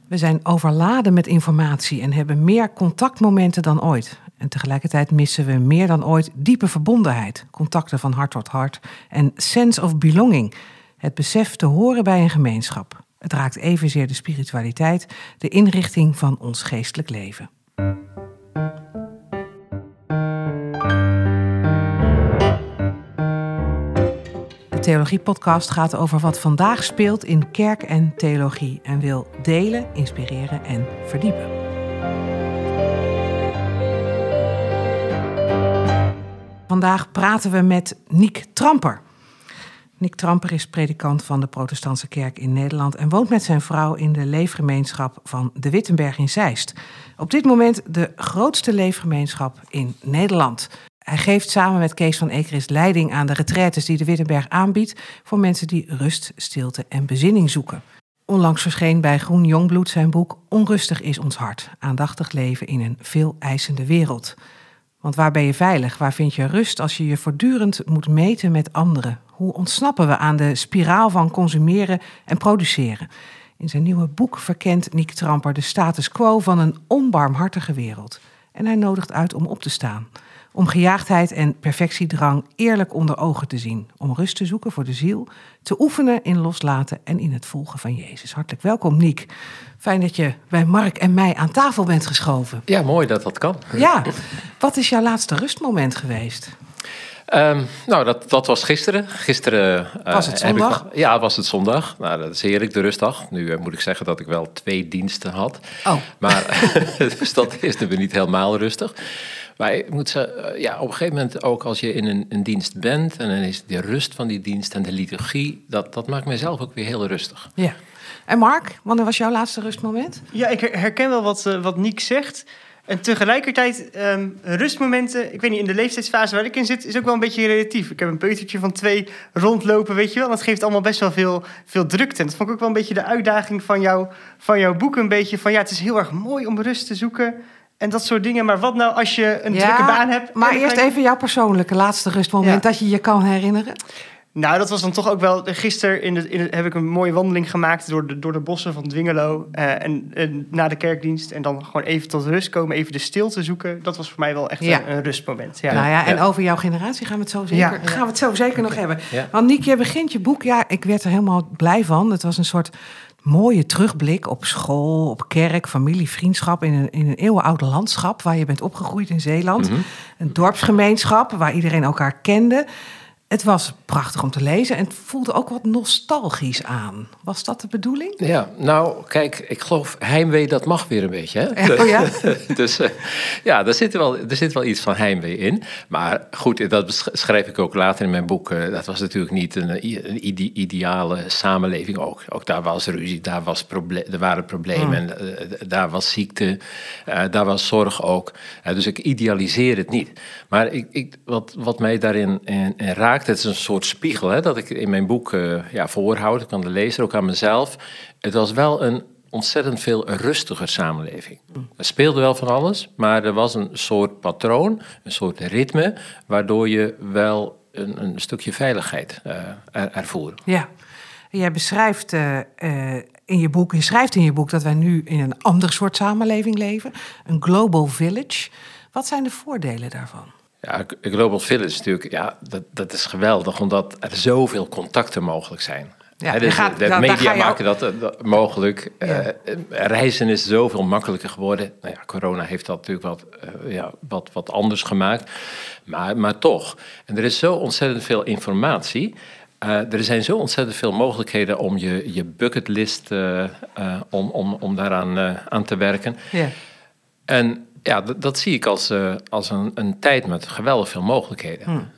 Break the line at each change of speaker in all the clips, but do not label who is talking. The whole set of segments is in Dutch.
We zijn overladen met informatie en hebben meer contactmomenten dan ooit. En tegelijkertijd missen we meer dan ooit diepe verbondenheid, contacten van hart tot hart en sense of belonging, het besef te horen bij een gemeenschap. Het raakt evenzeer de spiritualiteit, de inrichting van ons geestelijk leven. De Theologie-podcast gaat over wat vandaag speelt in kerk en theologie en wil delen, inspireren en verdiepen. Vandaag praten we met Niek Tramper. Niek Tramper is predikant van de Protestantse Kerk in Nederland en woont met zijn vrouw in de leefgemeenschap van de Wittenberg in Zeist. Op dit moment de grootste leefgemeenschap in Nederland. Hij geeft samen met Kees van Ekeris leiding aan de retraites die de Wittenberg aanbiedt voor mensen die rust, stilte en bezinning zoeken. Onlangs verscheen bij Groen Jongbloed zijn boek Onrustig is ons hart. Aandachtig leven in een veel eisende wereld. Want waar ben je veilig? Waar vind je rust als je je voortdurend moet meten met anderen? Hoe ontsnappen we aan de spiraal van consumeren en produceren? In zijn nieuwe boek verkent Niek Tramper de status quo van een onbarmhartige wereld. En hij nodigt uit om op te staan. Om gejaagdheid en perfectiedrang eerlijk onder ogen te zien. Om rust te zoeken voor de ziel. Te oefenen in loslaten en in het volgen van Jezus. Hartelijk welkom, Niek. Fijn dat je bij Mark en mij aan tafel bent geschoven.
Ja, mooi dat dat kan.
Ja, wat is jouw laatste rustmoment geweest?
Dat was gisteren. Gisteren
was het zondag?
Was het zondag. Nou, dat is heerlijk, de rustdag. Nu moet ik zeggen dat ik wel 2 diensten had.
Oh.
Maar dus dat is nu niet helemaal rustig. Maar ik moet zeggen, op een gegeven moment ook als je in een dienst bent en dan is de rust van die dienst en de liturgie, dat maakt mijzelf ook weer heel rustig.
Ja. En Mark, wanneer was jouw laatste rustmoment?
Ja, ik herken wel wat Niek zegt. En tegelijkertijd, rustmomenten, ik weet niet, in de leeftijdsfase waar ik in zit, is ook wel een beetje relatief. Ik heb een peutertje van 2 rondlopen, weet je wel. Dat geeft allemaal best wel veel drukte. En dat vond ik ook wel een beetje de uitdaging van jouw boek. Een beetje van, het is heel erg mooi om rust te zoeken en dat soort dingen. Maar wat nou als je een drukke baan hebt?
Maar eerst even jouw persoonlijke laatste rustmoment dat je je kan herinneren.
Nou, dat was dan toch ook wel... Gisteren heb ik een mooie wandeling gemaakt door de bossen van Dwingelo. En na de kerkdienst. En dan gewoon even tot rust komen, even de stilte zoeken. Dat was voor mij wel echt een rustmoment. Ja.
Nou ja, en over jouw generatie gaan we het zo zeker nog hebben. Ja. Want Niek, je begint je boek. Ja, ik werd er helemaal blij van. Het was een soort mooie terugblik op school, op kerk, familie, vriendschap in een eeuwenoud landschap waar je bent opgegroeid in Zeeland. Mm-hmm. Een dorpsgemeenschap waar iedereen elkaar kende. Het was prachtig om te lezen en het voelde ook wat nostalgisch aan. Was dat de bedoeling?
Ja, nou, kijk, ik geloof heimwee, dat mag weer een beetje. Hè?
Oh ja?
Dus er zit wel iets van heimwee in. Maar goed, dat schrijf ik ook later in mijn boek. Dat was natuurlijk niet een ideale samenleving ook. Ook daar was ruzie, er waren problemen, daar was ziekte, daar was zorg ook. Dus ik idealiseer het niet. Maar wat mij daarin raakt, het is een soort spiegel, hè, dat ik in mijn boek voorhoud. Ik kan de lezer, ook aan mezelf. Het was wel een ontzettend veel rustiger samenleving. Er speelde wel van alles, maar er was een soort patroon, een soort ritme, waardoor je wel een stukje veiligheid ervoer.
Ja, jij beschrijft in je boek dat wij nu in een ander soort samenleving leven. Een global village. Wat zijn de voordelen daarvan?
Ja, Global Village natuurlijk, dat is geweldig, omdat er zoveel contacten mogelijk zijn. Ja, dus de media maken dat mogelijk. Ja. Reizen is zoveel makkelijker geworden. Nou ja, corona heeft dat natuurlijk wat anders gemaakt. Maar toch. En er is zo ontzettend veel informatie. Er zijn zo ontzettend veel mogelijkheden om je bucketlist om daaraan aan te werken. Ja. En ja, dat zie ik als een tijd met geweldig veel mogelijkheden.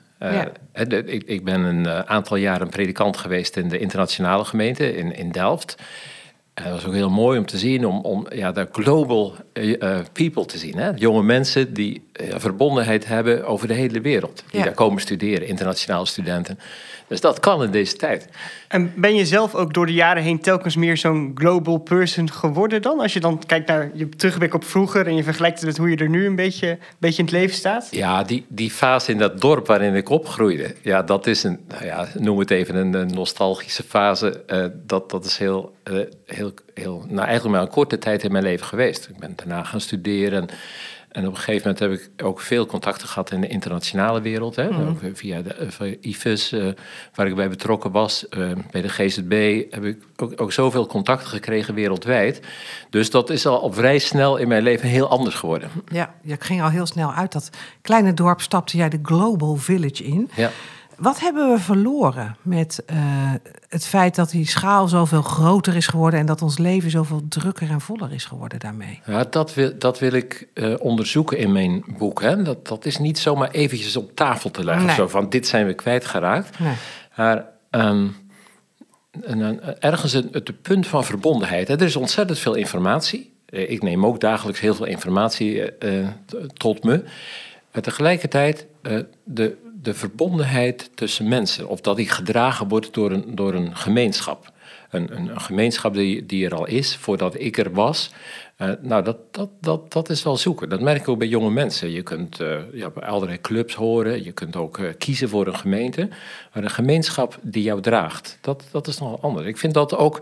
Ik ben een aantal jaren predikant geweest in de internationale gemeente in Delft. Dat was ook heel mooi om te zien, om daar global people te zien. Hè? Jonge mensen die verbondenheid hebben over de hele wereld. Die daar komen studeren, internationale studenten. Dus dat kan in deze tijd.
En ben je zelf ook door de jaren heen telkens meer zo'n global person geworden dan? Als je dan kijkt naar je terugblik op vroeger en je vergelijkt het met hoe je er nu een beetje in het leven staat?
Ja, die fase in dat dorp waarin ik opgroeide, ja, dat is noem het even een nostalgische fase. Dat is heel, eigenlijk maar een korte tijd in mijn leven geweest. Ik ben daarna gaan studeren. En op een gegeven moment heb ik ook veel contacten gehad in de internationale wereld. Hè? Ook via de IFES, waar ik bij betrokken was. Bij de GZB heb ik ook zoveel contacten gekregen wereldwijd. Dus dat is al vrij snel in mijn leven heel anders geworden.
Ja, je ging al heel snel uit dat kleine dorp, stapte jij de Global Village in.
Ja.
Wat hebben we verloren met het feit dat die schaal zoveel groter is geworden en dat ons leven zoveel drukker en voller is geworden daarmee?
Ja, dat wil ik onderzoeken in mijn boek. Hè. Dat is niet zomaar eventjes op tafel te leggen. Nee. Zo van, dit zijn we kwijtgeraakt. Nee. Maar ergens het punt van verbondenheid. Hè. Er is ontzettend veel informatie. Ik neem ook dagelijks heel veel informatie tot me. Maar tegelijkertijd de verbondenheid tussen mensen. Of dat die gedragen wordt door een gemeenschap. Een gemeenschap die er al is, voordat ik er was. Dat is wel zoeken. Dat merk ik ook bij jonge mensen. Je kunt bij allerlei clubs horen. Je kunt ook kiezen voor een gemeente. Maar een gemeenschap die jou draagt, dat is nogal anders. Ik vind dat ook...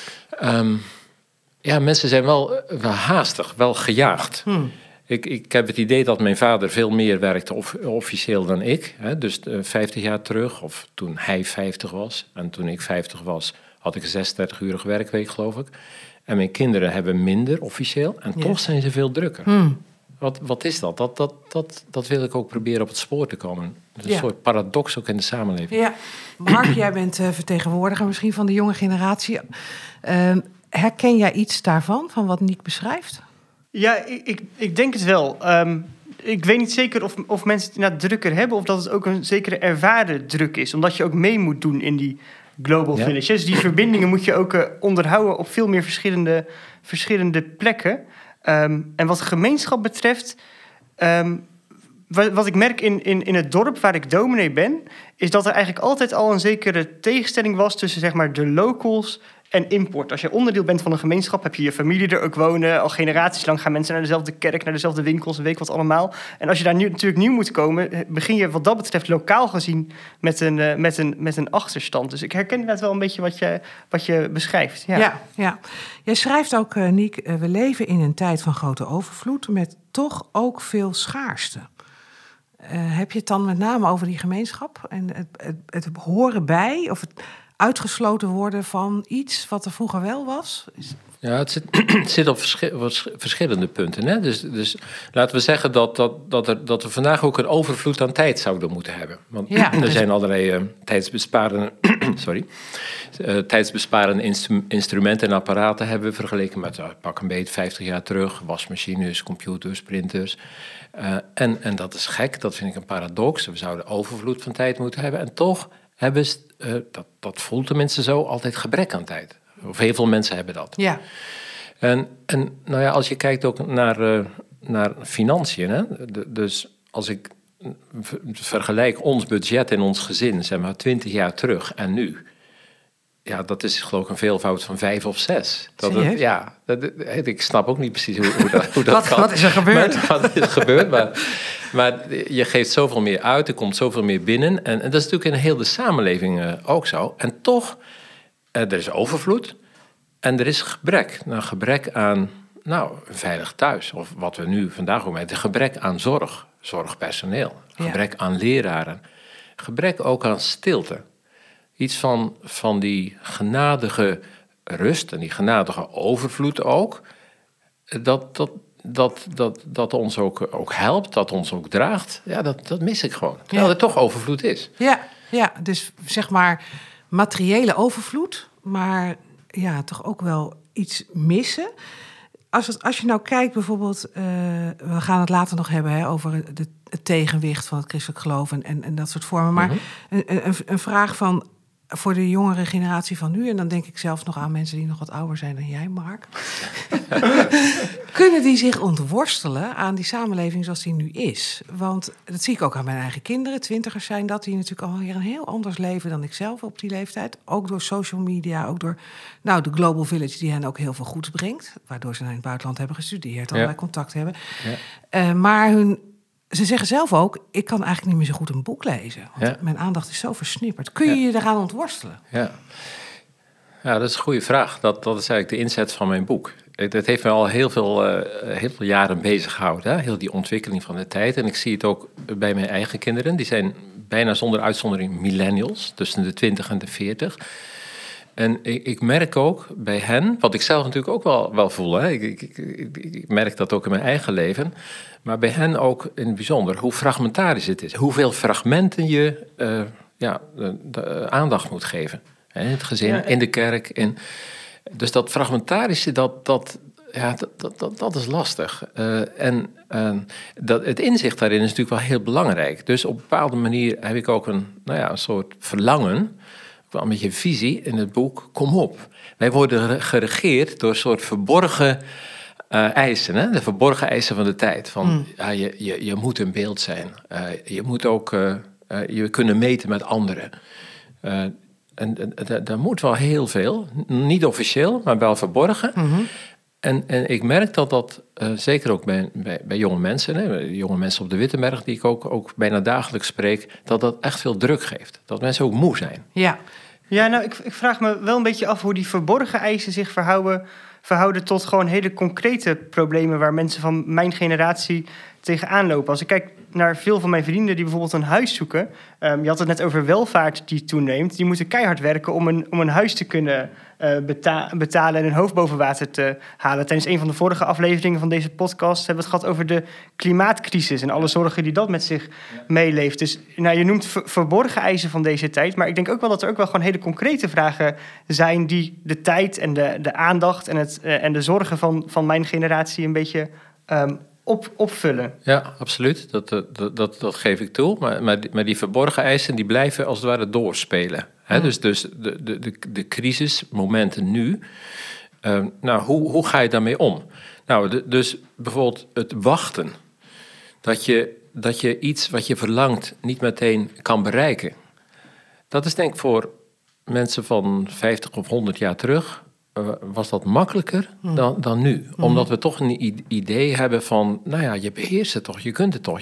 mensen zijn wel haastig, wel gejaagd. Ik heb het idee dat mijn vader veel meer werkte officieel dan ik. Hè? Dus 50 jaar terug, of toen hij 50 was. En toen ik 50 was, had ik een 36-urige werkweek, geloof ik. En mijn kinderen hebben minder officieel. En toch zijn ze veel drukker. Wat is dat? Dat wil ik ook proberen op het spoor te komen. Dat is een soort paradox ook in de samenleving. Ja.
Mark, jij bent vertegenwoordiger misschien van de jonge generatie. Herken jij iets daarvan, van wat Niek beschrijft?
Ja, ik denk het wel. Ik weet niet zeker of mensen het inderdaad drukker hebben, of dat het ook een zekere ervaren druk is. Omdat je ook mee moet doen in die global villages. Dus die verbindingen moet je ook onderhouden op veel meer verschillende plekken. En wat gemeenschap betreft, wat ik merk in het dorp waar ik dominee ben, is dat er eigenlijk altijd al een zekere tegenstelling was tussen, zeg maar, de locals en import. Als je onderdeel bent van een gemeenschap, heb je je familie er ook wonen. Al generaties lang gaan mensen naar dezelfde kerk, naar dezelfde winkels, weet wat allemaal. En als je daar nu natuurlijk nieuw moet komen, begin je wat dat betreft lokaal gezien met een achterstand. Dus ik herken inderdaad wel een beetje wat je beschrijft.
Ja. Jij schrijft ook, Niek, we leven in een tijd van grote overvloed met toch ook veel schaarste. Heb je het dan met name over die gemeenschap en het horen bij, of het uitgesloten worden van iets wat er vroeger wel was?
Ja, het zit op verschillende punten. Hè? Dus laten we zeggen dat we vandaag ook een overvloed aan tijd zouden moeten hebben. Want er zijn allerlei tijdsbesparende instrumenten en apparaten hebben we vergeleken met pak een beet 50 jaar terug. Wasmachines, computers, printers. En dat is gek, dat vind ik een paradox. We zouden overvloed van tijd moeten hebben. En toch hebben dat voelt tenminste zo, altijd gebrek aan tijd. Of heel veel mensen hebben dat.
Ja.
En als je kijkt ook naar financiën. Hè? Dus als ik vergelijk ons budget in ons gezin, zeg maar 20 jaar terug en nu. Ja, dat is geloof ik een veelvoud van 5 of 6. Ik snap ook niet precies hoe dat kan.
Wat is er gebeurd?
Wat is gebeurd, maar je geeft zoveel meer uit, er komt zoveel meer binnen. En dat is natuurlijk in heel de samenleving ook zo. En toch, er is overvloed en er is gebrek. Gebrek aan een veilig thuis. Of wat we nu vandaag ook met gebrek aan zorgpersoneel. Gebrek aan leraren. Gebrek ook aan stilte. Iets van die genadige rust en die genadige overvloed ook. Dat ons ook helpt, dat ons ook draagt. Ja, dat mis ik gewoon. Terwijl er toch overvloed is.
Ja, dus zeg maar materiële overvloed, maar ja, toch ook wel iets missen. Als je nou kijkt bijvoorbeeld, we gaan het later nog hebben over het tegenwicht van het christelijk geloof en dat soort vormen. Maar een vraag voor de jongere generatie van nu, en dan denk ik zelfs nog aan mensen die nog wat ouder zijn dan jij, Mark. kunnen die zich ontworstelen aan die samenleving zoals die nu is? Want dat zie ik ook aan mijn eigen kinderen. 20ers zijn dat, die natuurlijk alweer een heel anders leven dan ik zelf op die leeftijd. Ook door social media, ook door de Global Village die hen ook heel veel goeds brengt. Waardoor ze naar het buitenland hebben gestudeerd, allerlei contact hebben. Ja. Maar ze zeggen zelf ook, ik kan eigenlijk niet meer zo goed een boek lezen. Want mijn aandacht is zo versnipperd. Kun je je eraan ontworstelen?
Ja, dat is een goede vraag. Dat is eigenlijk de inzet van mijn boek. Dat heeft me al heel veel jaren bezig gehouden. Hè? Heel die ontwikkeling van de tijd. En ik zie het ook bij mijn eigen kinderen. Die zijn bijna zonder uitzondering millennials. Tussen de 20 en de 40. En ik merk ook bij hen, wat ik zelf natuurlijk ook wel voel. Hè? Ik merk dat ook in mijn eigen leven. Maar bij hen ook in het bijzonder. Hoe fragmentarisch het is. Hoeveel fragmenten je de aandacht moet geven. In het gezin, in de kerk. Dus dat fragmentarische, dat is lastig. Het inzicht daarin is natuurlijk wel heel belangrijk. Dus op een bepaalde manier heb ik ook een soort verlangen, wel een beetje visie in het boek. Kom op. Wij worden geregeerd door een soort verborgen eisen. Hè? De verborgen eisen van de tijd. Van, je moet een beeld zijn. Je moet ook je kunnen meten met anderen. En daar moet wel heel veel, niet officieel, maar wel verborgen. Mm-hmm. En ik merk dat zeker ook bij jonge mensen, hè, jonge mensen op de Wittenberg, die ik ook bijna dagelijks spreek, dat echt veel druk geeft. Dat mensen ook moe zijn.
Ja, nou, ik vraag me wel een beetje af hoe die verborgen eisen zich verhouden tot gewoon hele concrete problemen waar mensen van mijn generatie tegenaan lopen. Als ik kijk naar veel van mijn vrienden die bijvoorbeeld een huis zoeken. Je had het net over welvaart die toeneemt. Die moeten keihard werken om een huis te kunnen betalen en hun hoofd boven water te halen. Tijdens een van de vorige afleveringen van deze podcast hebben we het gehad over de klimaatcrisis en alle zorgen die dat met zich meeleeft. Dus je noemt verborgen eisen van deze tijd, maar ik denk ook wel dat er ook wel gewoon hele concrete vragen zijn die de tijd en de aandacht en de zorgen van mijn generatie een beetje opvullen.
Ja, absoluut. Dat geef ik toe. Maar die verborgen eisen die blijven als het ware doorspelen. Hè? Dus de crisismomenten nu. Hoe ga je daarmee om? Dus bijvoorbeeld het wachten. Dat je iets wat je verlangt niet meteen kan bereiken. Dat is denk ik voor mensen van 50 of 100 jaar terug was dat makkelijker dan nu. Omdat we toch een idee hebben van, je beheerst het toch, je kunt het toch.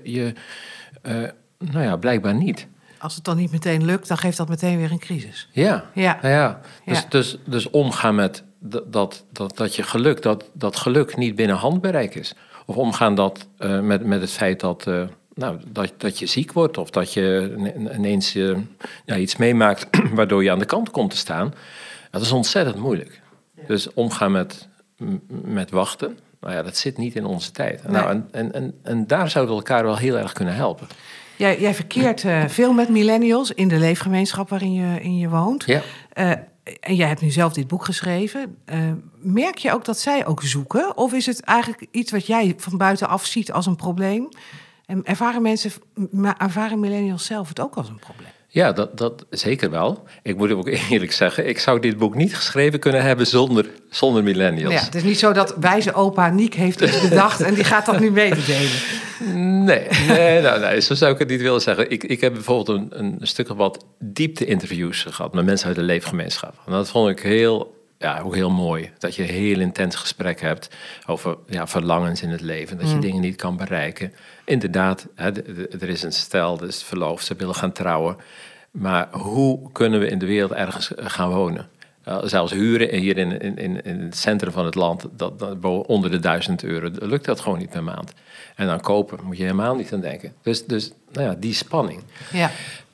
Blijkbaar niet.
Als het dan niet meteen lukt, dan geeft dat meteen weer een crisis.
Ja. Dus omgaan met dat je geluk, dat geluk niet binnen handbereik is. Of omgaan met het feit dat je ziek wordt of dat je ineens iets meemaakt waardoor je aan de kant komt te staan. Dat is ontzettend moeilijk. Ja. Dus omgaan met wachten, dat zit niet in onze tijd. Nee. En daar zouden we elkaar wel heel erg kunnen helpen.
Jij verkeert veel met millennials in de leefgemeenschap waarin je woont. Ja. En jij hebt nu zelf dit boek geschreven. Merk je ook dat zij ook zoeken? Of is het eigenlijk iets wat jij van buitenaf ziet als een probleem? En ervaren millennials zelf het ook als een probleem?
Ja, dat zeker wel. Ik moet ook eerlijk zeggen, ik zou dit boek niet geschreven kunnen hebben zonder millennials. Ja,
het is niet zo dat wijze opa Niek heeft iets bedacht en die gaat dat nu mededelen.
Nee, zo zou ik het niet willen zeggen. Ik heb bijvoorbeeld een stuk of wat diepte-interviews gehad met mensen uit de leefgemeenschap. En dat vond ik ook heel mooi. Dat je een heel intens gesprek hebt over verlangens in het leven. Dat je dingen niet kan bereiken. Inderdaad, er is een stel, er is verloofd, ze willen gaan trouwen. Maar hoe kunnen we in de wereld ergens gaan wonen? Zelfs huren hier in het centrum van het land, dat onder de €1000, lukt dat gewoon niet per maand. En dan kopen moet je helemaal niet aan denken. Dus die spanning.
Ja.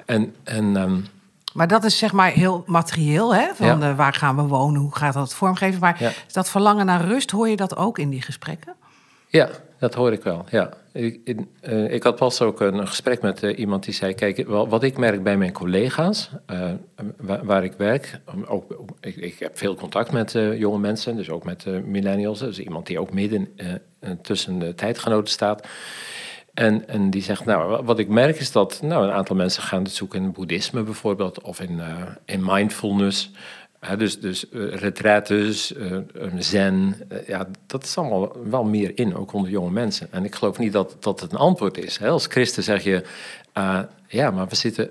Maar
dat is zeg maar heel materieel, hè? Van waar gaan we wonen, hoe gaat dat vormgeven? Maar dat verlangen naar rust, hoor je dat ook in die gesprekken?
Ja, dat hoor ik wel, ja. Ik had pas ook een gesprek met iemand die zei, kijk, wat ik merk bij mijn collega's, waar ik werk, ik heb veel contact met jonge mensen, dus ook met millennials, dus iemand die ook midden tussen de tijdgenoten staat. En die zegt, wat ik merk is dat een aantal mensen gaan het zoeken in boeddhisme bijvoorbeeld, of in mindfulness. Dus retraites, zen, dat is allemaal wel meer in, ook onder jonge mensen. En ik geloof niet dat het een antwoord is. Hè? Als christen zeg je, maar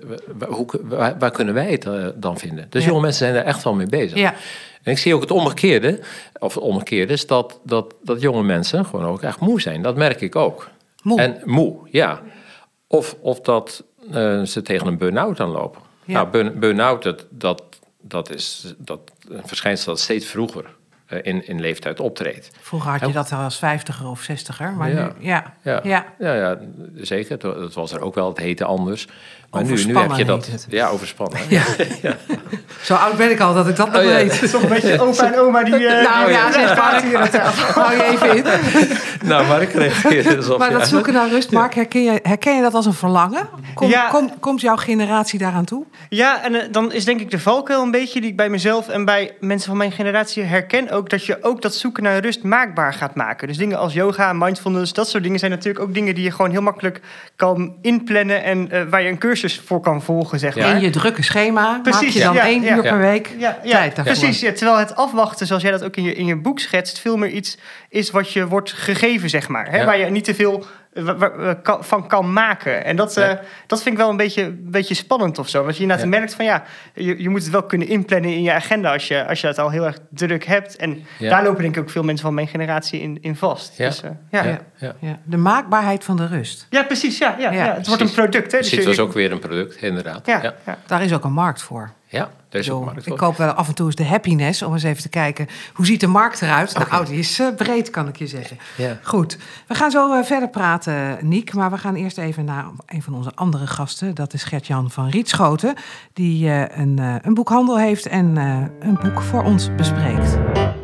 waar kunnen wij het dan vinden? Dus jonge mensen zijn daar echt wel mee bezig. Ja. En ik zie ook het omgekeerde is dat jonge mensen gewoon ook echt moe zijn. Dat merk ik ook. Moe, ja. Of dat ze tegen een burn-out aanlopen. Ja. Nou, burn-out, dat is een verschijnsel dat steeds vroeger in leeftijd optreedt.
Vroeger had je dat al als 50er of 60er, maar nu...
Ja, zeker. Dat was er ook wel, het heette anders. Maar nu heb je dat... Ja, overspannen. Ja.
Zo oud ben ik al dat ik dat nog weet.
Het is toch een beetje opa en oma die...
zeg maar. Hou je even in.
Nou, maar ik reageer dus op...
Maar dat zoeken naar rust, Mark, herken je dat als een verlangen? Komt jouw generatie daaraan toe?
Ja, en dan is denk ik de valkuil een beetje die ik bij mezelf en bij mensen van mijn generatie herken ook, dat je ook dat zoeken naar rust maakbaar gaat maken. Dus dingen als yoga, mindfulness, dat soort dingen zijn natuurlijk ook dingen die je gewoon heel makkelijk kan inplannen en waar je een cursus voor kan volgen, zeg maar.
In je drukke schema maak je dan 1 uur per week tijd daarvoor.
Precies, terwijl het afwachten, zoals jij dat ook in je boek schetst, veel meer iets is wat je wordt gegeven, zeg maar. Hè? Waar je niet te veel van kan maken. En dat vind ik wel een beetje spannend of zo. Want je inderdaad merkt van je moet het wel kunnen inplannen in je agenda als je het al heel erg druk hebt. En daar lopen denk ik ook veel mensen van mijn generatie in vast.
Ja.
Dus,
de maakbaarheid van de rust.
Ja, precies. Ja. Het wordt een product. Hè?
Dus dit was ook weer een product, inderdaad.
Ja. Daar is ook een markt voor.
Ja, daar is ook een markt voor.
Ik koop wel af en toe eens de happiness om eens even te kijken hoe ziet de markt eruit. Okay. Nou, die is breed, kan ik je zeggen. Ja. Goed, we gaan zo verder praten, Niek. Maar we gaan eerst even naar een van onze andere gasten. Dat is Gert-Jan van Rietschoten. Die een boekhandel heeft en een boek voor ons bespreekt.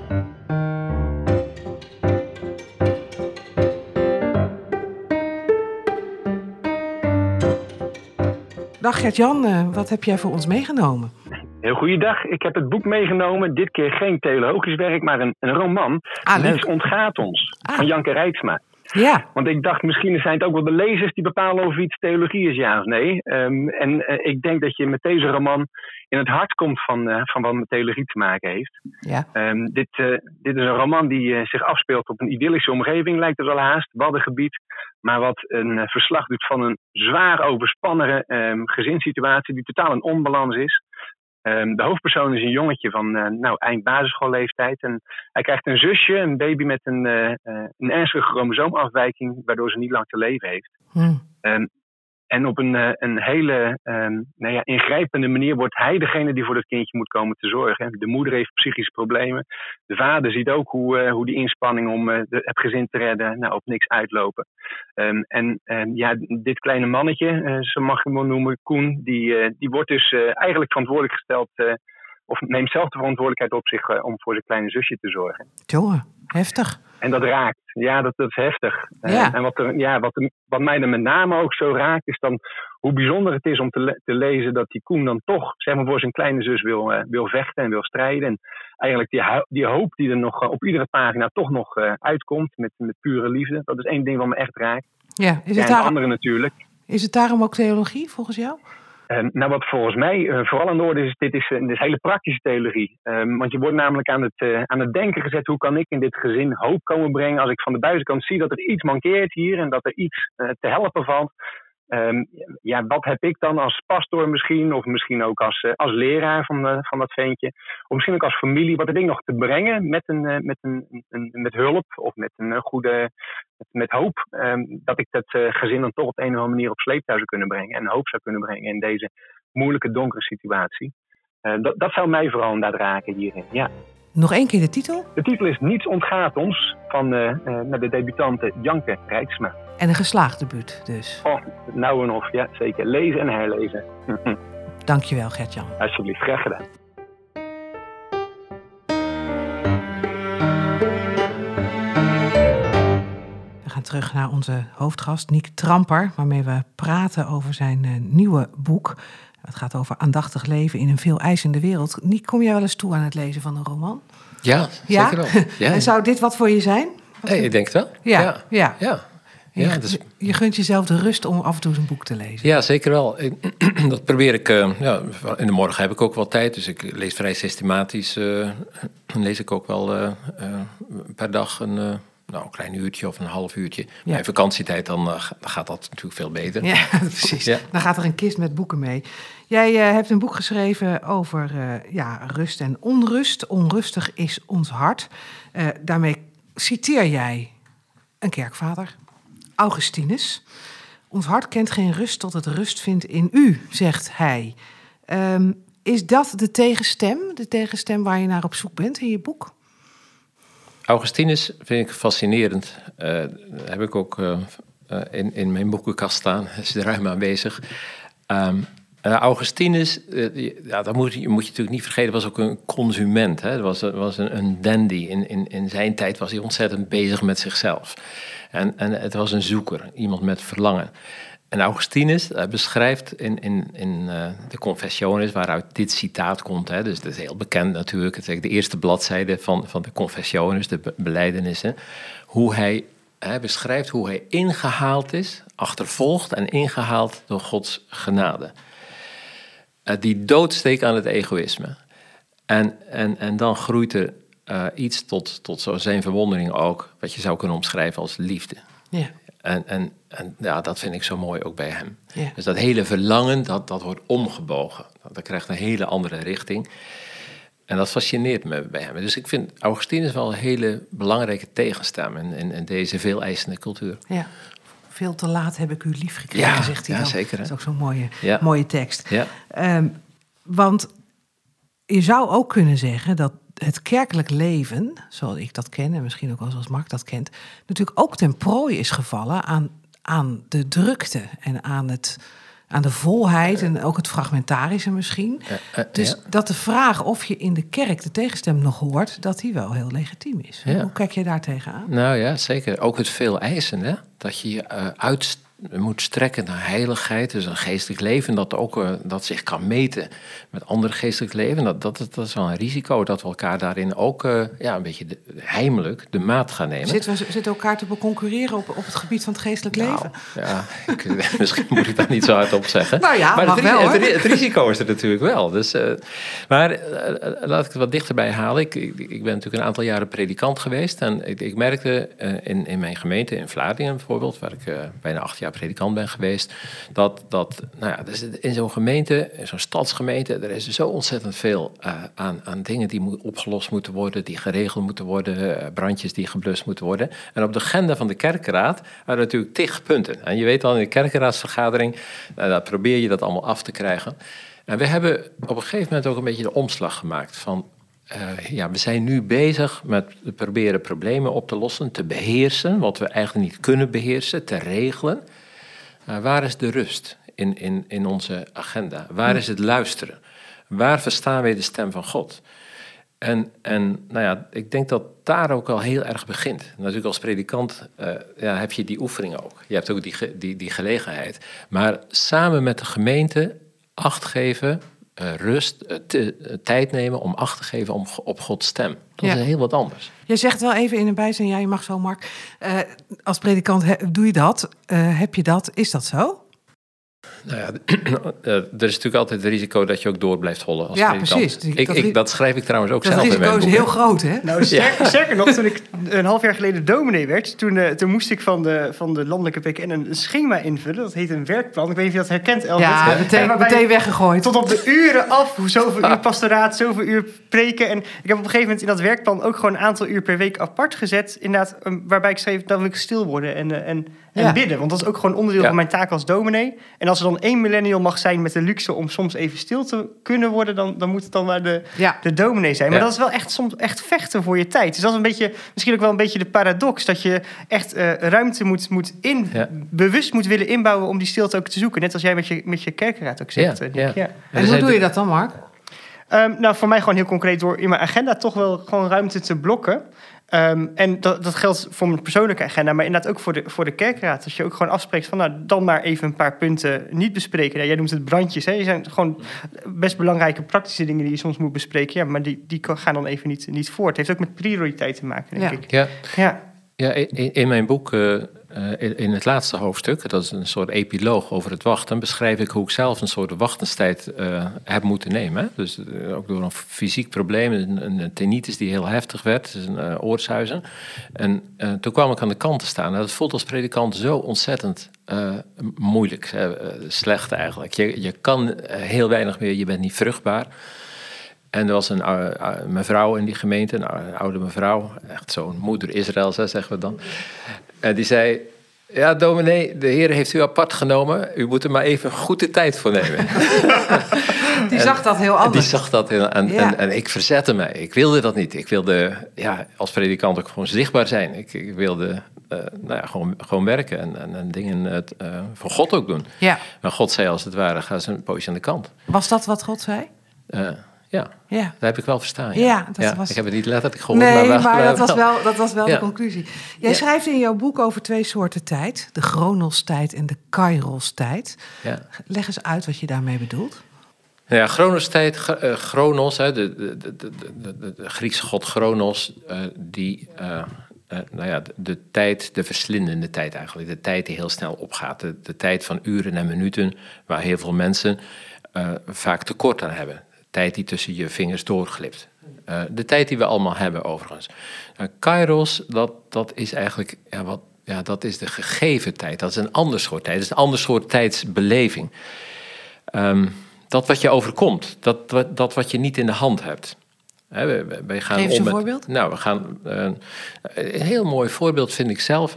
Dag Gert-Jan, wat heb jij voor ons meegenomen?
Heel goeiedag. Ik heb het boek meegenomen. Dit keer geen theologisch werk, maar een roman. Niets ontgaat ons, van Janke Reitsma.
Ja.
Want ik dacht, misschien zijn het ook wel de lezers die bepalen of iets theologie is, ja of nee. Ik denk dat je met deze roman in het hart komt van wat met theologie te maken heeft. Ja. Dit is een roman die zich afspeelt op een idyllische omgeving, lijkt het wel haast, Waddengebied. Maar wat een verslag doet van een zwaar overspannere gezinssituatie die totaal in onbalans is. De hoofdpersoon is een jongetje van eind basisschoolleeftijd. En hij krijgt een zusje, een baby met een ernstige chromosoomafwijking, waardoor ze niet lang te leven heeft. En op een hele ingrijpende manier wordt hij degene die voor dat kindje moet komen te zorgen. De moeder heeft psychische problemen. De vader ziet ook hoe die inspanning om het gezin te redden op niks uitlopen. Dit kleine mannetje, zo mag je hem wel noemen, Koen, die wordt dus eigenlijk verantwoordelijk gesteld, of neemt zelf de verantwoordelijkheid op zich om voor zijn kleine zusje te zorgen.
Jongen, heftig.
En dat raakt. Ja, dat is heftig. En wat mij er met name ook zo raakt, is dan hoe bijzonder het is om te lezen dat die Koen dan toch, zeg maar, voor zijn kleine zus wil vechten en wil strijden. En eigenlijk die hoop die er nog op iedere pagina toch nog uitkomt met pure liefde. Dat is één ding wat me echt raakt.
Ja,
en de andere natuurlijk.
Is het daarom ook theologie, volgens jou?
Wat volgens mij vooral aan de orde is, dit is hele praktische theologie. Want je wordt namelijk aan het denken gezet, hoe kan ik in dit gezin hoop komen brengen als ik van de buitenkant zie dat er iets mankeert hier en dat er iets te helpen valt. Wat heb ik dan als pastoor misschien, of misschien ook als leraar van dat ventje, of misschien ook als familie, wat heb ik nog te brengen met hulp of met een goede, met hoop, dat ik dat gezin dan toch op een of andere manier op sleeptouw zou kunnen brengen en hoop zou kunnen brengen in deze moeilijke, donkere situatie. Dat zou mij vooral inderdaad raken hierin, ja.
Nog één keer de titel?
De titel is Niets ontgaat ons, van de debutante Janke Reitsma.
En een geslaagd debuut dus.
Oh, nou en of, ja, zeker. Lezen en herlezen.
Dankjewel, Gert-Jan.
Alsjeblieft, graag gedaan.
We gaan terug naar onze hoofdgast, Niek Tramper, waarmee we praten over zijn nieuwe boek. Het gaat over aandachtig leven in een veel eisende wereld. Niek, kom jij wel eens toe aan het lezen van een roman?
Ja, zeker wel. Ja?
En zou dit wat voor je zijn?
Ik denk het wel.
Ja.
Ja,
je gunt jezelf de rust om af en toe een boek te lezen.
Ja, zeker wel. Dat probeer ik. In de morgen heb ik ook wel tijd, dus ik lees vrij systematisch. Lees ik ook wel per dag een klein uurtje of een half uurtje. Ja. In vakantietijd dan gaat dat natuurlijk veel beter.
Ja, precies. Ja. Dan gaat er een kist met boeken mee. Jij hebt een boek geschreven over rust en onrust. Onrustig is ons hart. Daarmee citeer jij een kerkvader, Augustinus. Ons hart kent geen rust tot het rust vindt in u, zegt hij. Is dat de tegenstem waar je naar op zoek bent in je boek?
Augustinus vind ik fascinerend. Heb ik ook in mijn boekenkast staan. Hij is er ruim aanwezig. Augustinus, dat moet je natuurlijk niet vergeten, was ook een consument. Hè? Het was een dandy. In zijn tijd was hij ontzettend bezig met zichzelf. En het was een zoeker, iemand met verlangen. En Augustinus beschrijft in de Confessiones, waaruit dit citaat komt. Hè, dus dat is heel bekend natuurlijk. Het is de eerste bladzijde van de Confessiones, de belijdenissen. Hoe hij beschrijft hoe hij ingehaald is, achtervolgd en ingehaald door Gods genade. Die doodsteek aan het egoïsme. En dan groeit er iets tot zo zijn verwondering ook, wat je zou kunnen omschrijven als liefde.
Ja.
En dat vind ik zo mooi ook bij hem.
Ja.
Dus dat hele verlangen, dat wordt omgebogen. Dat krijgt een hele andere richting. En dat fascineert me bij hem. Dus ik vind Augustinus wel een hele belangrijke tegenstem in deze veel eisende cultuur.
Ja. Veel te laat heb ik u lief gekregen, zegt hij dan.
Ja, zeker. Hè?
Dat is ook zo'n mooie tekst.
Ja.
Want je zou ook kunnen zeggen dat het kerkelijk leven, zoals ik dat ken, en misschien ook wel zoals Mark dat kent, natuurlijk ook ten prooi is gevallen aan de drukte en aan de volheid en ook het fragmentarische misschien. Dus dat de vraag of je in de kerk de tegenstem nog hoort, dat die wel heel legitiem is. Ja. Hoe kijk je daar tegenaan?
Nou ja, zeker. Ook het veel eisen, hè? Dat je je moet strekken naar heiligheid, dus een geestelijk leven, dat zich kan meten met andere geestelijk leven. Dat is wel een risico, dat we elkaar daarin ook een beetje heimelijk de maat gaan nemen.
Zitten elkaar te concurreren op het gebied van het geestelijk leven?
Ja, misschien moet ik dat niet zo hard op zeggen.
Nou ja,
maar
het
risico is er natuurlijk wel. Dus, maar laat ik het wat dichterbij halen. Ik ben natuurlijk een aantal jaren predikant geweest en ik merkte in mijn gemeente, in Vlaardingen bijvoorbeeld, waar ik bijna 8 jaar predikant ben geweest, dat dus in zo'n gemeente, zo'n stadsgemeente, er is zo ontzettend veel aan dingen die opgelost moeten worden, die geregeld moeten worden, brandjes die geblust moeten worden. En op de agenda van de kerkenraad waren natuurlijk 10 punten. En je weet al, in de kerkenraadsvergadering, daar probeer je dat allemaal af te krijgen. En we hebben op een gegeven moment ook een beetje de omslag gemaakt van we zijn nu bezig met proberen problemen op te lossen, te beheersen, wat we eigenlijk niet kunnen beheersen, te regelen. Waar is de rust in onze agenda? Waar is het luisteren? Waar verstaan wij de stem van God? En ik denk dat daar ook al heel erg begint. Natuurlijk als predikant heb je die oefening ook. Je hebt ook die gelegenheid. Maar samen met de gemeente acht geven, rust, tijd nemen om acht te geven op Gods stem. Dat is heel wat anders.
Je zegt wel even in een bijzin, je mag zo, Mark. Als predikant doe je dat. Heb je dat? Is dat zo?
Nou ja, er is natuurlijk altijd het risico dat je ook door blijft hollen als predikant.
Precies.
Dat schrijf ik trouwens ook zelf in mijn boek.
Dat risico is heel groot, hè?
Nou, sterker nog, toen ik een half jaar geleden dominee werd, toen moest ik van de landelijke PKN een schema invullen. Dat heet een werkplan. Ik weet niet of je dat herkent, Elbert.
Ja, meteen weggegooid.
Tot op de uren af, zoveel uur pastoraat, zoveel uur preken. En ik heb op een gegeven moment in dat werkplan ook gewoon een aantal uur per week apart gezet. Inderdaad, waarbij ik schreef, dan wil ik stil worden en bidden. Want dat is ook gewoon onderdeel van mijn taak als dominee. En als er dan 1 millennial mag zijn met de luxe om soms even stil te kunnen worden, dan moet het dan maar de dominee zijn. Maar dat is wel soms echt vechten voor je tijd. Dus dat is een beetje, misschien ook wel een beetje de paradox, dat je echt ruimte bewust moet willen inbouwen om die stilte ook te zoeken. Net als jij met je kerkenraad ook zegt.
En hoe doe je dat dan, Mark?
Voor mij gewoon heel concreet door in mijn agenda toch wel gewoon ruimte te blokken. En dat geldt voor mijn persoonlijke agenda, maar inderdaad ook voor de kerkraad. Als je ook gewoon afspreekt van, dan maar even een paar punten niet bespreken. Ja, jij noemt het brandjes, hè? Die zijn gewoon best belangrijke praktische dingen die je soms moet bespreken. Ja, maar die gaan dan even niet voor. Het heeft ook met prioriteit te maken, denk ik.
Ja, in mijn boek, in het laatste hoofdstuk, dat is een soort epiloog over het wachten, beschrijf ik hoe ik zelf een soort wachtenstijd heb moeten nemen. Hè? Dus ook door een fysiek probleem, een tinnitus die heel heftig werd, dus een oorsuizen. En toen kwam ik aan de kant te staan. En dat voelt als predikant zo ontzettend moeilijk, slecht eigenlijk. Je kan heel weinig meer, je bent niet vruchtbaar. En er was een mevrouw in die gemeente, een oude mevrouw, echt zo'n moeder Israël, zeggen we dan. En die zei, ja dominee, de Heer heeft u apart genomen, u moet er maar even goed de tijd voor nemen.
Die zag dat heel anders.
Die zag dat heel en ik verzette mij, ik wilde dat niet. Ik wilde als predikant ook gewoon zichtbaar zijn. Ik wilde gewoon werken en dingen voor God ook doen. Ja. Maar God zei als het ware, ga eens een poosje aan de kant.
Was dat wat God zei?
Ja, dat heb ik wel verstaan.
Was...
Ik heb het niet letterlijk gehoord.
Nee, maar dat was wel de conclusie. Jij schrijft in jouw boek over 2 soorten tijd. De chronostijd en de kairos-tijd. Ja. Leg eens uit wat je daarmee bedoelt.
Nou ja, chronostijd, chronos, de Griekse god Chronos, de tijd, de verslindende tijd eigenlijk. De tijd die heel snel opgaat. De tijd van uren en minuten waar heel veel mensen vaak tekort aan hebben. Tijd die tussen je vingers doorglipt. De tijd die we allemaal hebben overigens. Kairos, dat is eigenlijk dat is de gegeven tijd. Dat is een ander soort tijd. Dat is een ander soort tijdsbeleving. Dat wat je overkomt. Dat wat je niet in de hand hebt. Wij gaan
Geef eens een voorbeeld.
Nou, we gaan... een heel mooi voorbeeld vind ik zelf...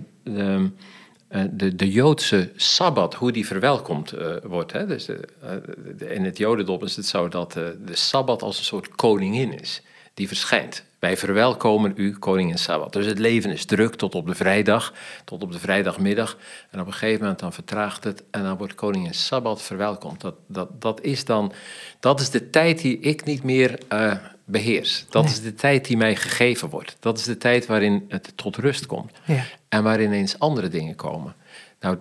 De Joodse Sabbat, hoe die verwelkomd wordt. Hè? Dus in het Jodendom is het zo dat de Sabbat als een soort koningin is. Die verschijnt. Wij verwelkomen u, koningin Sabbat. Dus het leven is druk tot op de vrijdag, tot op de vrijdagmiddag. En op een gegeven moment dan vertraagt het en dan wordt koningin Sabbat verwelkomd. Dat is de tijd die ik niet meer beheers. Dat is de tijd die mij gegeven wordt. Dat is de tijd waarin het tot rust komt. Ja. En waarin ineens andere dingen komen. Nou,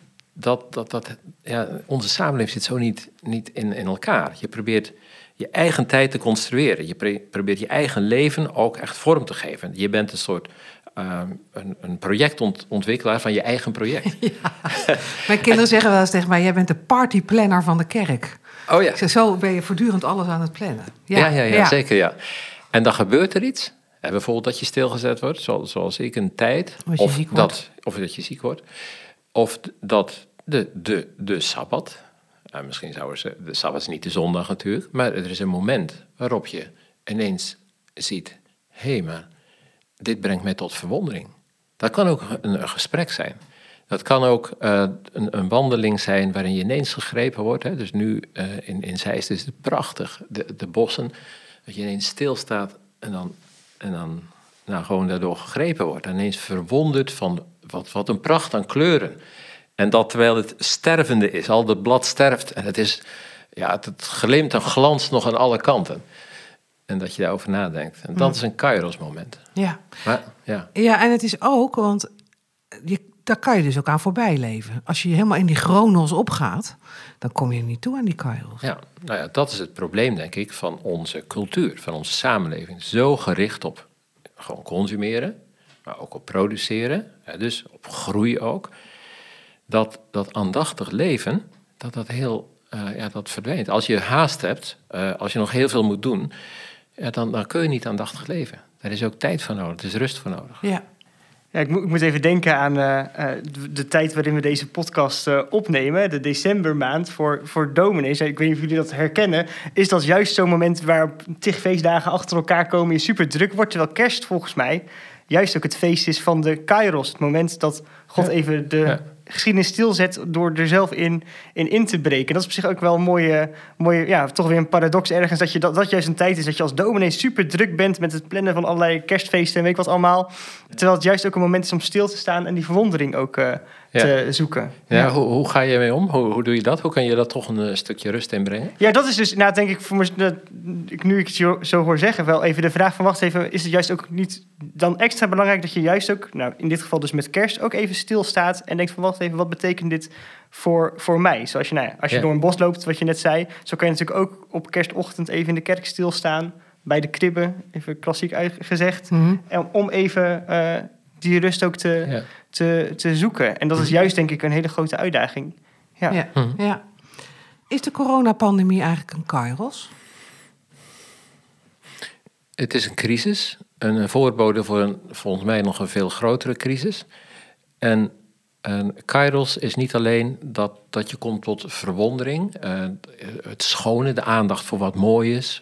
onze samenleving zit zo niet in elkaar. Je probeert je eigen tijd te construeren. Je probeert je eigen leven ook echt vorm te geven. Je bent een soort een projectontwikkelaar van je eigen project. Ja.
Mijn kinderen zeggen wel eens tegen mij, jij bent de partyplanner van de kerk.
Oh ja.
Zo ben je voortdurend alles aan het plannen.
Ja, zeker ja. En dan gebeurt er iets. Bijvoorbeeld dat je stilgezet wordt, zoals ik een tijd. Of dat je ziek wordt. Of dat de Sabbat. Misschien de Sabbat is niet de zondag natuurlijk. Maar er is een moment waarop je ineens ziet... hé, maar dit brengt mij tot verwondering. Dat kan ook een gesprek zijn. Dat kan ook een wandeling zijn waarin je ineens gegrepen wordt. Hè. Dus nu in Zeist is het prachtig. De bossen, dat je ineens stilstaat en dan gewoon daardoor gegrepen wordt. En ineens verwonderd van wat een pracht aan kleuren. En dat terwijl het stervende is, al dat blad sterft. En het glimt en glanst nog aan alle kanten. En dat je daarover nadenkt. En dat is een Kairos moment.
Ja. Ja, en het is ook, want daar kan je dus ook aan voorbij leven. Als je helemaal in die chronos opgaat, dan kom je niet toe aan die Kairos.
Ja, nou ja, dat is het probleem, denk ik, van onze cultuur, van onze samenleving. Zo gericht op gewoon consumeren, maar ook op produceren. Dus op groei ook. Dat aandachtig leven, dat heel... dat verdwijnt. Als je haast hebt, als je nog heel veel moet doen... dan kun je niet aandachtig leven. Daar is ook tijd voor nodig, er is rust voor nodig.
Ja, ik moet even denken aan de tijd waarin we deze podcast opnemen. De decembermaand voor dominees. Ik weet niet of jullie dat herkennen. Is dat juist zo'n moment waarop 10 feestdagen achter elkaar komen... je super druk wordt, terwijl kerst volgens mij... juist ook het feest is van de Kairos. Het moment dat God even de... geschiedenis stilzet door er zelf in te breken. Dat is op zich ook wel een mooie toch weer een paradox ergens... dat juist een tijd is dat je als dominee super druk bent... met het plannen van allerlei kerstfeesten en weet ik wat allemaal. Terwijl het juist ook een moment is om stil te staan... en die verwondering ook te zoeken.
Ja. Hoe ga je mee om? Hoe doe je dat? Hoe kan je dat toch een stukje rust inbrengen?
Ja, dat is dus, denk ik, nu ik het zo hoor zeggen... wel even de vraag van, wacht even... is het juist ook niet dan extra belangrijk dat je juist ook... in dit geval dus met kerst ook even stilstaat... en denkt van, wacht even, wat betekent dit voor mij? Zoals je door een bos loopt, wat je net zei... zo kan je natuurlijk ook op kerstochtend even in de kerk stilstaan... bij de kribben, even klassiek uitgezegd... om even die rust ook te zoeken. En dat is juist, denk ik, een hele grote uitdaging.
Ja. Is de coronapandemie eigenlijk een kairos?
Het is een crisis. Een voorbode voor volgens mij nog een veel grotere crisis. En kairos is niet alleen dat je komt tot verwondering. Het schone, de aandacht voor wat mooi is.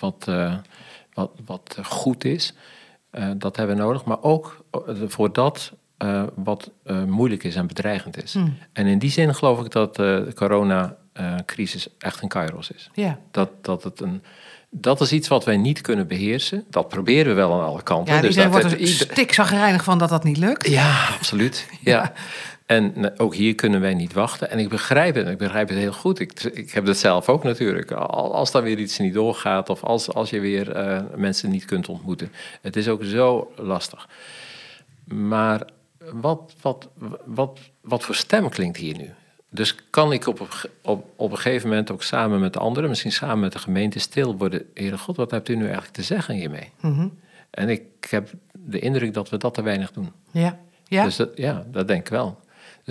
Wat goed is. Dat hebben we nodig. Maar ook voor dat wat moeilijk is en bedreigend is. En in die zin geloof ik dat de coronacrisis echt een kairos is.
Ja.
Dat is iets wat wij niet kunnen beheersen. Dat proberen we wel aan alle kanten.
Ja, iedereen wordt er stikzagrijnig van dat niet lukt.
Ja, absoluut. Ja. En ook hier kunnen wij niet wachten. En ik begrijp het heel goed. Ik heb dat zelf ook natuurlijk. Als dan weer iets niet doorgaat of als je weer mensen niet kunt ontmoeten. Het is ook zo lastig. Maar wat voor stem klinkt hier nu? Dus kan ik op een gegeven moment ook samen met de anderen, misschien samen met de gemeente, stil worden. Heere God, wat hebt u nu eigenlijk te zeggen hiermee? Mm-hmm. En ik heb de indruk dat we dat te weinig doen.
Ja.
Dus dat denk ik wel. Dus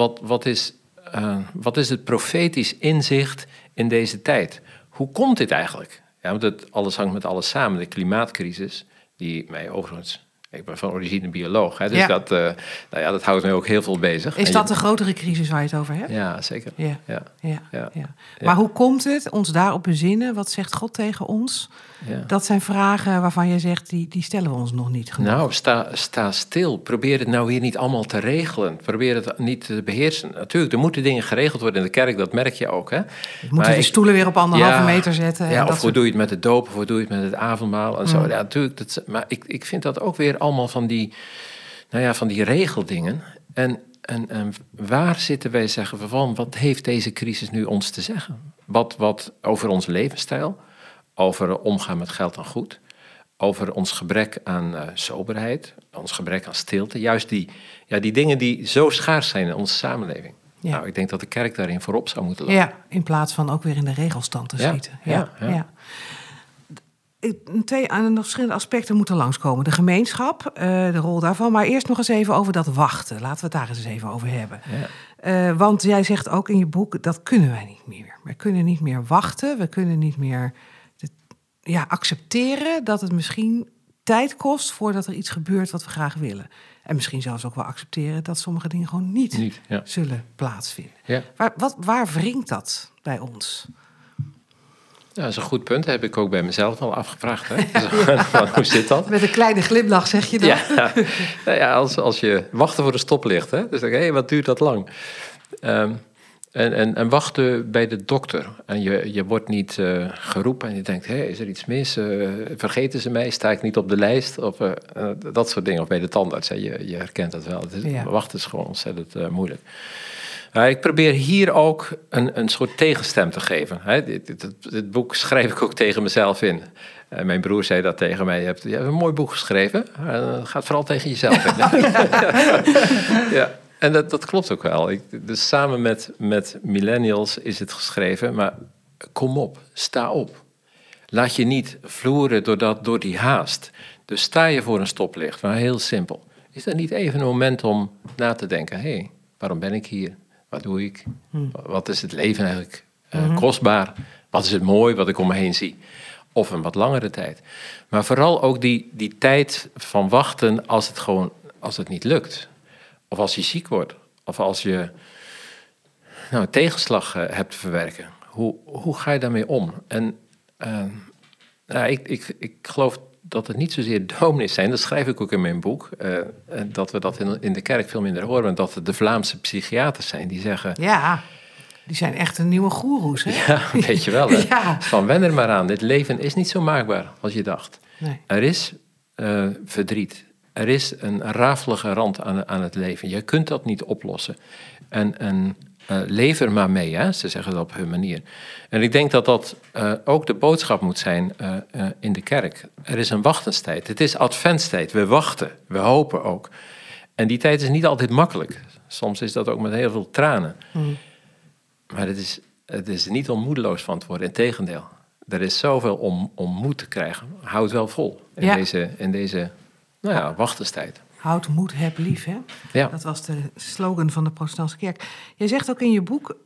wat is het profetisch inzicht in deze tijd? Hoe komt dit eigenlijk? Ja, want alles hangt met alles samen. De klimaatcrisis, die mij overigens... Ik ben van origine bioloog, hè, dus dat houdt mij ook heel veel bezig.
Is dat de grotere crisis waar je het over hebt?
Ja, zeker.
Ja. Maar hoe komt het ons daarop bezinnen? Wat zegt God tegen ons? Ja. Dat zijn vragen waarvan je zegt, die stellen we ons nog niet genoeg.
Nou, sta stil. Probeer het nou hier niet allemaal te regelen. Probeer het niet te beheersen. Natuurlijk, er moeten dingen geregeld worden in de kerk, dat merk je ook. Hè?
Moeten we de stoelen weer op 1,5 meter zetten?
Ja, of hoe doe je het met de doop, of hoe doe je het met het avondmaal en zo. Ja, natuurlijk. Maar ik vind dat ook weer allemaal van die regeldingen. En waar zitten wij zeggen van, wat heeft deze crisis nu ons te zeggen? Wat over onze levensstijl, over omgaan met geld en goed, over ons gebrek aan soberheid, ons gebrek aan stilte. Juist die dingen die zo schaars zijn in onze samenleving. Ja. Nou, ik denk dat de kerk daarin voorop zou moeten lopen.
Ja, in plaats van ook weer in de regelstand te schieten. Ja. Twee verschillende aspecten moeten langskomen. De gemeenschap, de rol daarvan. Maar eerst nog eens even over dat wachten. Laten we het daar eens even over hebben. Ja. Want jij zegt ook in je boek, dat kunnen wij niet meer. We kunnen niet meer wachten. We kunnen niet meer accepteren dat het misschien tijd kost voordat er iets gebeurt wat we graag willen. En misschien zelfs ook wel accepteren dat sommige dingen gewoon niet zullen plaatsvinden. Ja. Waar wringt dat bij ons?
Ja, dat is een goed punt. Dat heb ik ook bij mezelf al afgevraagd. Hè? Hoe zit dat?
Met een kleine glimlach zeg je dat?
Als je wachten voor de stoplicht. Hè? Dus denk ik, wat duurt dat lang? En wachten bij de dokter. En je wordt niet geroepen en je denkt, is er iets mis? Vergeten ze mij? Sta ik niet op de lijst? Of dat soort dingen. Of bij de tandarts. Je herkent dat wel. Wachten is gewoon ontzettend moeilijk. Ik probeer hier ook een soort tegenstem te geven. Dit boek schrijf ik ook tegen mezelf in. Mijn broer zei dat tegen mij. Je hebt een mooi boek geschreven. Gaat vooral tegen jezelf in. Ja. En dat klopt ook wel. Dus samen met millennials is het geschreven. Maar kom op, sta op. Laat je niet vloeren door die haast. Dus sta je voor een stoplicht. Maar heel simpel. Is dat niet even een moment om na te denken? Waarom ben ik hier? Wat doe ik? Wat is het leven eigenlijk kostbaar? Wat is het mooi wat ik om me heen zie? Of een wat langere tijd. Maar vooral ook die tijd van wachten als het niet lukt. Of als je ziek wordt. Of als je tegenslag hebt te verwerken. Hoe ga je daarmee om? En ik geloof dat het niet zozeer dominees zijn. Dat schrijf ik ook in mijn boek. Dat we dat in de kerk veel minder horen. Dat het de Vlaamse psychiaters zijn die zeggen...
Ja, die zijn echt een nieuwe goeroes, hè?
Ja, weet je wel. Ja. Van wen er maar aan. Dit leven is niet zo maakbaar als je dacht. Nee. Er is verdriet. Er is een rafelige rand aan het leven. Je kunt dat niet oplossen. En leef er maar mee, hè? Ze zeggen dat op hun manier. En ik denk dat ook de boodschap moet zijn in de kerk. Er is een wachtenstijd. Het is adventstijd. We wachten. We hopen ook. En die tijd is niet altijd makkelijk. Soms is dat ook met heel veel tranen. Maar het is niet om moedeloos van te worden. Integendeel. Er is zoveel om moed te krijgen. Houd wel vol in deze wachtenstijd.
Houd moed, heb lief, hè? Ja. Dat was de slogan van de Protestantse Kerk. Jij zegt ook in je boek,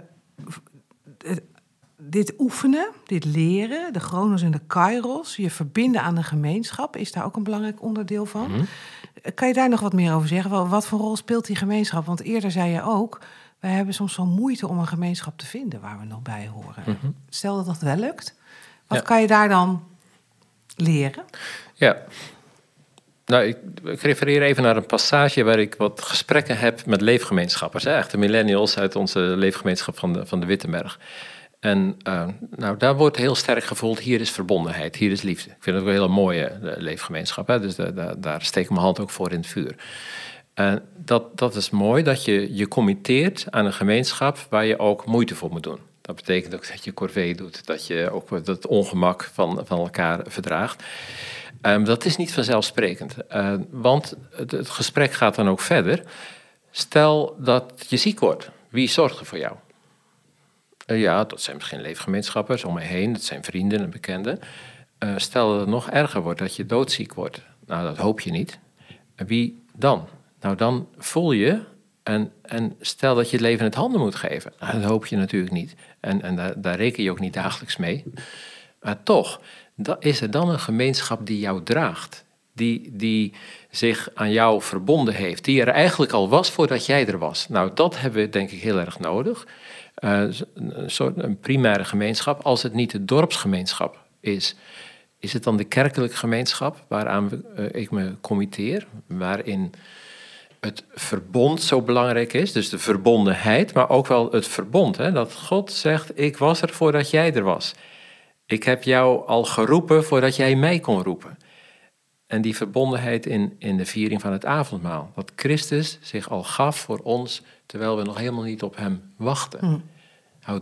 dit oefenen, dit leren, de chronos en de kairos, je verbinden aan een gemeenschap, is daar ook een belangrijk onderdeel van. Mm-hmm. Kan je daar nog wat meer over zeggen? Wat voor rol speelt die gemeenschap? Want eerder zei je ook, wij hebben soms wel moeite om een gemeenschap te vinden waar we nog bij horen. Mm-hmm. Stel dat dat wel lukt, wat kan je daar dan leren?
Ja. Nou, ik refereer even naar een passage waar ik wat gesprekken heb met leefgemeenschappers. Echt de millennials uit onze leefgemeenschap van de Wittenberg. En daar wordt heel sterk gevoeld, hier is verbondenheid, hier is liefde. Ik vind het ook een hele mooie leefgemeenschap. Hè? Dus daar steek ik mijn hand ook voor in het vuur. Dat is mooi, dat je committeert aan een gemeenschap waar je ook moeite voor moet doen. Dat betekent ook dat je corvée doet, dat je ook het ongemak van elkaar verdraagt. Dat is niet vanzelfsprekend, want het gesprek gaat dan ook verder. Stel dat je ziek wordt, wie zorgt er voor jou? Ja, dat zijn misschien leefgemeenschappers om me heen, dat zijn vrienden en bekenden. Stel dat het nog erger wordt, dat je doodziek wordt. Nou, dat hoop je niet. Wie dan? Nou, dan voel je en stel dat je het leven in het handen moet geven. Nou, dat hoop je natuurlijk niet. En daar reken je ook niet dagelijks mee. Maar toch, is er dan een gemeenschap die jou draagt? Die zich aan jou verbonden heeft. Die er eigenlijk al was voordat jij er was. Nou, dat hebben we denk ik heel erg nodig. Een primaire gemeenschap. Als het niet de dorpsgemeenschap is het dan de kerkelijke gemeenschap waaraan ik me committeer, waarin het verbond zo belangrijk is, dus de verbondenheid, maar ook wel het verbond. Hè, dat God zegt, ik was er voordat jij er was. Ik heb jou al geroepen voordat jij mij kon roepen. En die verbondenheid in de viering van het avondmaal. Dat Christus zich al gaf voor ons, terwijl we nog helemaal niet op hem wachten. Nou,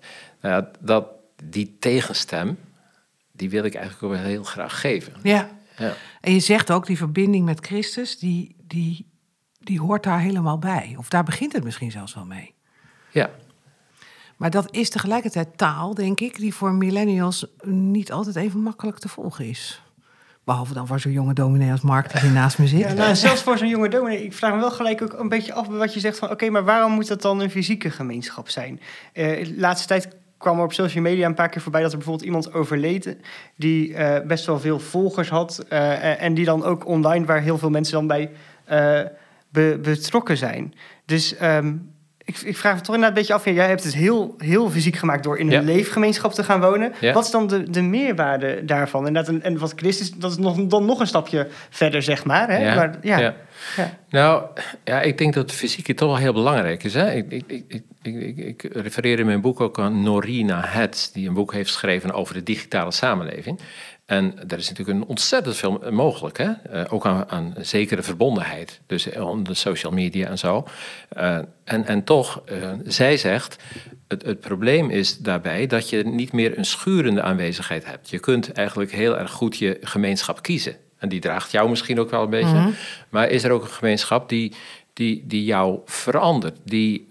die tegenstem, die wil ik eigenlijk ook wel heel graag geven.
Ja. En je zegt ook, die verbinding met Christus, die hoort daar helemaal bij. Of daar begint het misschien zelfs wel mee.
Ja.
Maar dat is tegelijkertijd taal, denk ik, die voor millennials niet altijd even makkelijk te volgen is. Behalve dan voor zo'n jonge dominee als Mark die hier naast me zit.
Ja, nou, zelfs voor zo'n jonge dominee. Ik vraag me wel gelijk ook een beetje af bij wat je zegt van oké, maar waarom moet dat dan een fysieke gemeenschap zijn? De laatste tijd kwam er op social media een paar keer voorbij dat er bijvoorbeeld iemand overleed die best wel veel volgers had. En die dan ook online, waar heel veel mensen dan bij betrokken zijn. Dus ik vraag me toch inderdaad een beetje af. Jij hebt het heel, heel fysiek gemaakt door in een leefgemeenschap te gaan wonen. Ja. Wat is dan de meerwaarde daarvan? En wat Christus, dat is dan nog een stapje verder, zeg maar. Hè?
Ja.
Maar,
ja. Nou, ik denk dat het fysieke toch wel heel belangrijk is. Hè? Ik refereer in mijn boek ook aan Norina Hetz, die een boek heeft geschreven over de digitale samenleving. En er is natuurlijk een ontzettend veel mogelijk, hè? Ook aan zekere verbondenheid, dus on de social media en zo. En toch, zij zegt, het probleem is daarbij dat je niet meer een schurende aanwezigheid hebt. Je kunt eigenlijk heel erg goed je gemeenschap kiezen. En die draagt jou misschien ook wel een beetje. Mm-hmm. Maar is er ook een gemeenschap die jou verandert, die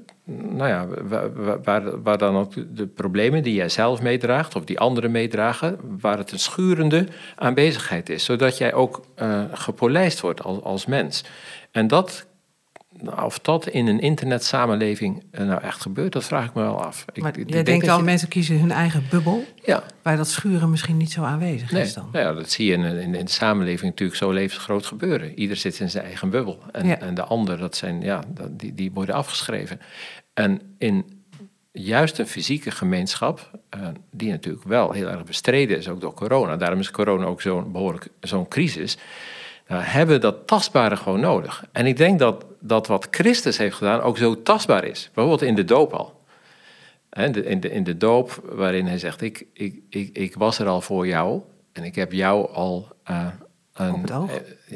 waar dan ook de problemen die jij zelf meedraagt of die anderen meedragen, waar het een schurende aanwezigheid is, zodat jij ook gepolijst wordt als mens. En of dat in een internetsamenleving nou echt gebeurt, dat vraag ik me wel af.
Maar jij denkt al, mensen kiezen hun eigen bubbel, waar dat schuren misschien niet zo aanwezig is dan?
Ja, dat zie je in de samenleving natuurlijk zo levensgroot gebeuren. Ieder zit in zijn eigen bubbel. En de ander, dat zijn, die worden afgeschreven. En in juist een fysieke gemeenschap, die natuurlijk wel heel erg bestreden is, ook door corona. Daarom is corona ook zo'n crisis. Nou, hebben we dat tastbare gewoon nodig. En ik denk dat wat Christus heeft gedaan ook zo tastbaar is. Bijvoorbeeld in de doop al. In de doop waarin hij zegt, ik was er al voor jou en ik heb jou al
op het oog.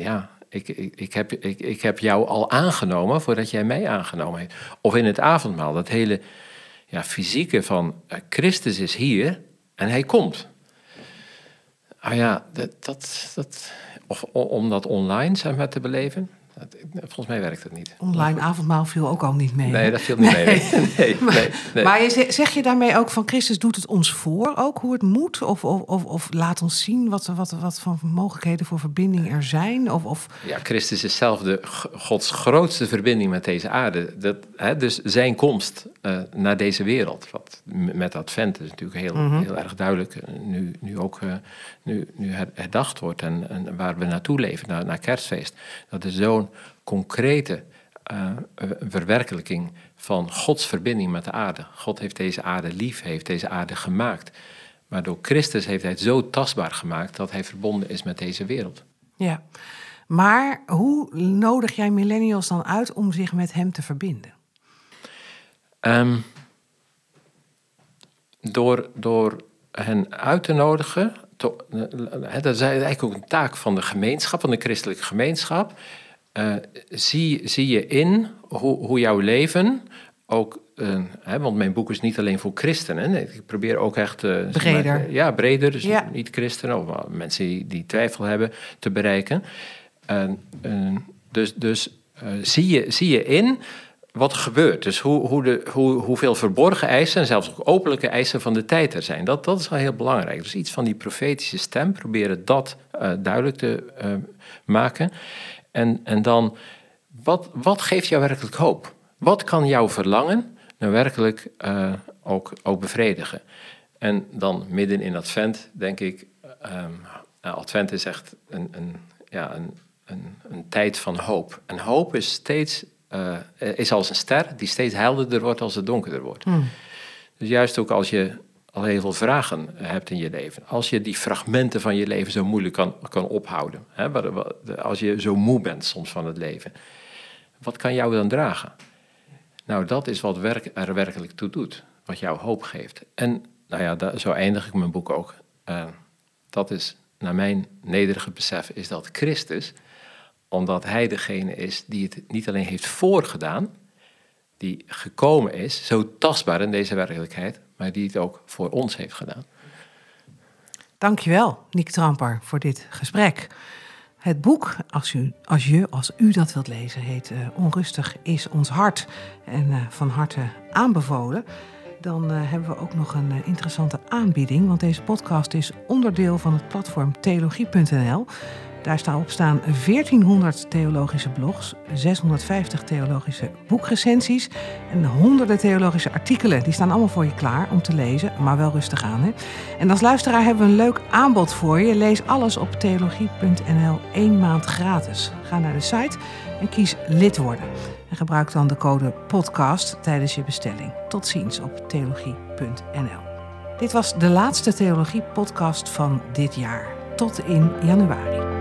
Ik heb jou al aangenomen voordat jij mij aangenomen heeft. Of in het avondmaal, dat hele fysieke van Christus is hier en hij komt. Of om dat online zeg maar te beleven. Volgens mij werkt het niet.
Online avondmaal viel ook al niet mee.
Nee, dat viel niet mee. Nee.
Maar zeg je daarmee ook van Christus doet het ons voor, ook hoe het moet? Of laat ons zien wat voor mogelijkheden voor verbinding er zijn?
Ja, Christus is zelf Gods grootste verbinding met deze aarde. Dus zijn komst naar deze wereld. Wat met Advent is natuurlijk heel erg duidelijk. Nu herdacht wordt en waar we naartoe leven, naar Kerstfeest. Dat is zo'n concrete verwerkelijking van Gods verbinding met de aarde. God heeft deze aarde lief, heeft deze aarde gemaakt. Maar door Christus heeft hij het zo tastbaar gemaakt dat hij verbonden is met deze wereld.
Ja, maar hoe nodig jij millennials dan uit om zich met hem te verbinden?
Door hen uit te nodigen. Dat is eigenlijk ook een taak van de gemeenschap, van de christelijke gemeenschap. Zie je in hoe jouw leven ook... want mijn boek is niet alleen voor christenen. Nee, ik probeer ook echt...
breder.
Breder. Dus niet christenen of mensen die twijfel hebben te bereiken. Dus zie je in wat er gebeurt. Dus hoeveel verborgen eisen en zelfs ook openlijke eisen van de tijd er zijn. Dat is wel heel belangrijk. Dus iets van die profetische stem, proberen dat duidelijk te maken. En dan, wat geeft jou werkelijk hoop? Wat kan jouw verlangen nou werkelijk ook bevredigen? En dan midden in Advent denk ik... Advent is echt een tijd van hoop. En hoop is steeds... is als een ster die steeds helderder wordt als het donkerder wordt. Dus juist ook als je al heel veel vragen hebt in je leven. Als je die fragmenten van je leven zo moeilijk kan ophouden. Als je zo moe bent soms van het leven. Wat kan jou dan dragen? Nou, dat is wat er werkelijk toe doet. Wat jou hoop geeft. En zo eindig ik mijn boek ook. Dat is, naar mijn nederige besef, is dat Christus... omdat hij degene is die het niet alleen heeft voorgedaan... die gekomen is, zo tastbaar in deze werkelijkheid... maar die het ook voor ons heeft gedaan.
Dankjewel, Nick Tramper, voor dit gesprek. Het boek, als u dat wilt lezen, heet Onrustig is ons hart. En van harte aanbevolen. Dan hebben we ook nog een interessante aanbieding... want deze podcast is onderdeel van het platform theologie.nl... Daar staan 1400 theologische blogs, 650 theologische boekrecensies en honderden theologische artikelen. Die staan allemaal voor je klaar om te lezen, maar wel rustig aan. Hè? En als luisteraar hebben we een leuk aanbod voor je. Lees alles op theologie.nl 1 maand gratis. Ga naar de site en kies lid worden. En gebruik dan de code podcast tijdens je bestelling. Tot ziens op theologie.nl. Dit was de laatste theologie-podcast van dit jaar. Tot in januari.